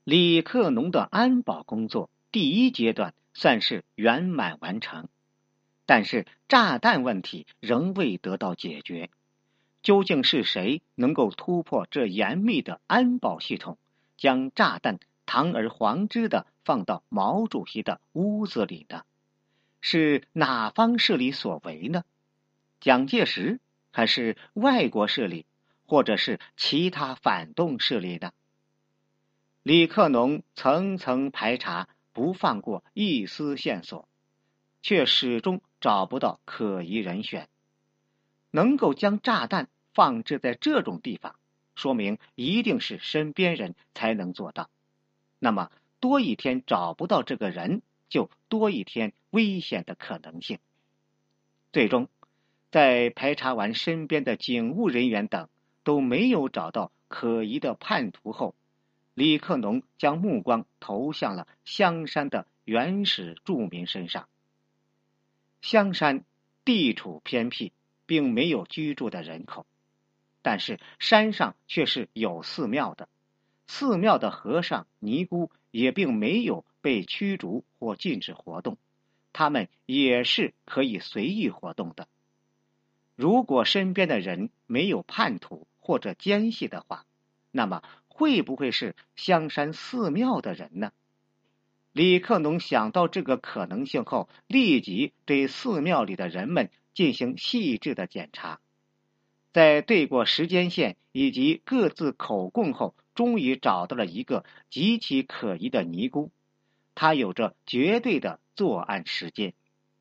李克农的安保工作第一阶段算是圆满完成，但是炸弹问题仍未得到解决。究竟是谁能够突破这严密的安保系统，将炸弹堂而皇之地放到毛主席的屋子里呢？是哪方势力所为呢？蒋介石，还是外国势力，或者是其他反动势力呢？李克农层层排查，不放过一丝线索，却始终找不到可疑人选。能够将炸弹放置在这种地方，说明一定是身边人才能做到。那么多一天找不到这个人，就多一天危险的可能性。最终，在排查完身边的警务人员等都没有找到可疑的叛徒后，李克农将目光投向了香山的原始住民身上。香山地处偏僻，并没有居住的人口，但是山上却是有寺庙的。寺庙的和尚尼姑也并没有被驱逐或禁止活动，他们也是可以随意活动的。如果身边的人没有叛徒或者奸细的话，那么会不会是香山寺庙的人呢？李克农想到这个可能性后，立即对寺庙里的人们进行细致的检查。在对过时间线以及各自口供后，终于找到了一个极其可疑的尼姑，她有着绝对的作案时间。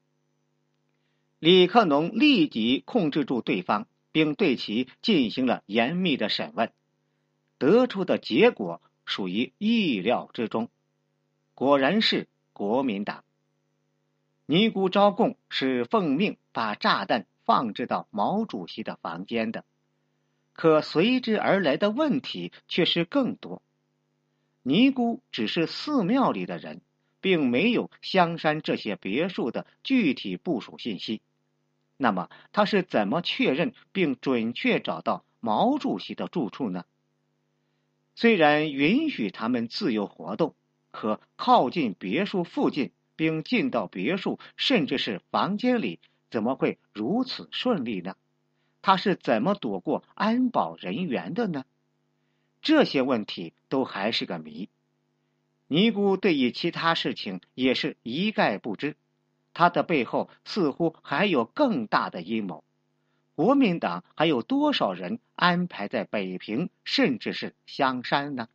李克农立即控制住对方，并对其进行了严密的审问，得出的结果属于意料之中，果然是国民党。尼姑招供是奉命把炸弹放置到毛主席的房间的，可随之而来的问题却是更多。尼姑只是寺庙里的人，并没有香山这些别墅的具体部署信息。那么他是怎么确认并准确找到毛主席的住处呢？虽然允许他们自由活动，可靠近别墅附近并进到别墅甚至是房间里，怎么会如此顺利呢？他是怎么躲过安保人员的呢？这些问题都还是个谜。尼姑对于其他事情也是一概不知，他的背后似乎还有更大的阴谋。国民党还有多少人安排在北平甚至是香山呢？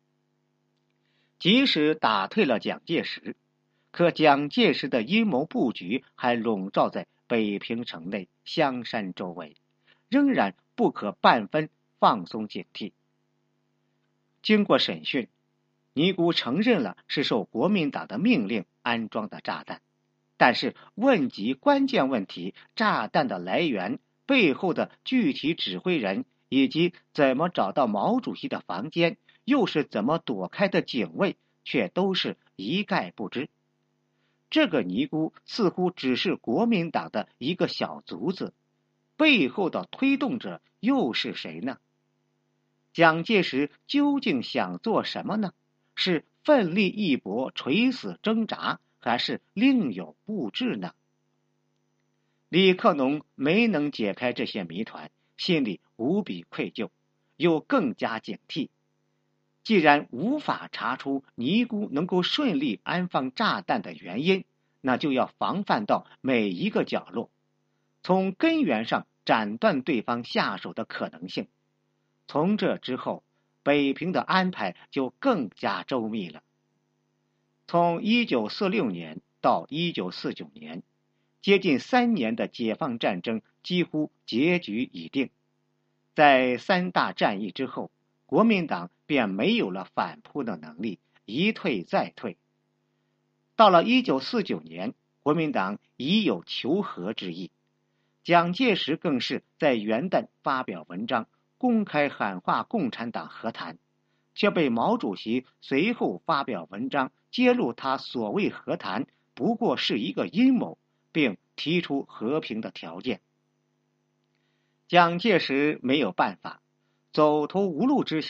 即使打退了蒋介石，可蒋介石的阴谋布局还笼罩在北平城内香山周围，仍然不可半分放松警惕。经过审讯，尼姑承认了是受国民党的命令安装的炸弹，但是问及关键问题炸弹的来源、背后的具体指挥人以及怎么找到毛主席的房间，又是怎么躲开的警卫，却都是一概不知。这个尼姑似乎只是国民党的一个小卒子，背后的推动者又是谁呢？蒋介石究竟想做什么呢？是奋力一搏、垂死挣扎，还是另有布置呢？李克农没能解开这些谜团，心里无比愧疚，又更加警惕。既然无法查出尼姑能够顺利安放炸弹的原因，那就要防范到每一个角落，从根源上斩断对方下手的可能性。从这之后，北平的安排就更加周密了。从1946年到1949年，接近3年的解放战争几乎结局已定。在3大战役之后，国民党便没有了反扑的能力，一退再退。到了1949年，国民党已有求和之意，蒋介石更是在元旦发表文章，公开喊话共产党和谈，却被毛主席随后发表文章，揭露他所谓和谈不过是一个阴谋，并提出和平的条件。蒋介石没有办法，走投无路之下，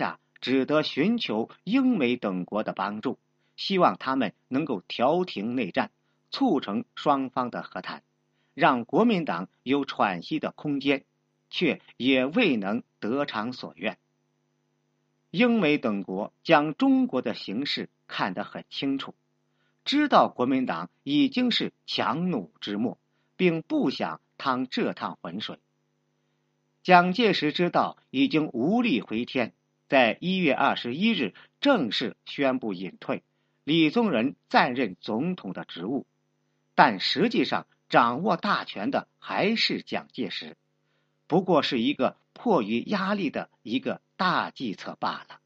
只得寻求英美等国的帮助，希望他们能够调停内战，促成双方的和谈，让国民党有喘息的空间，却也未能得偿所愿。英美等国将中国的形势看得很清楚，知道国民党已经是强弩之末，并不想趟这趟浑水。蒋介石知道已经无力回天，在1月21日正式宣布隐退，李宗仁暂任总统的职务，但实际上掌握大权的还是蒋介石，不过是一个迫于压力的一个大计策罢了。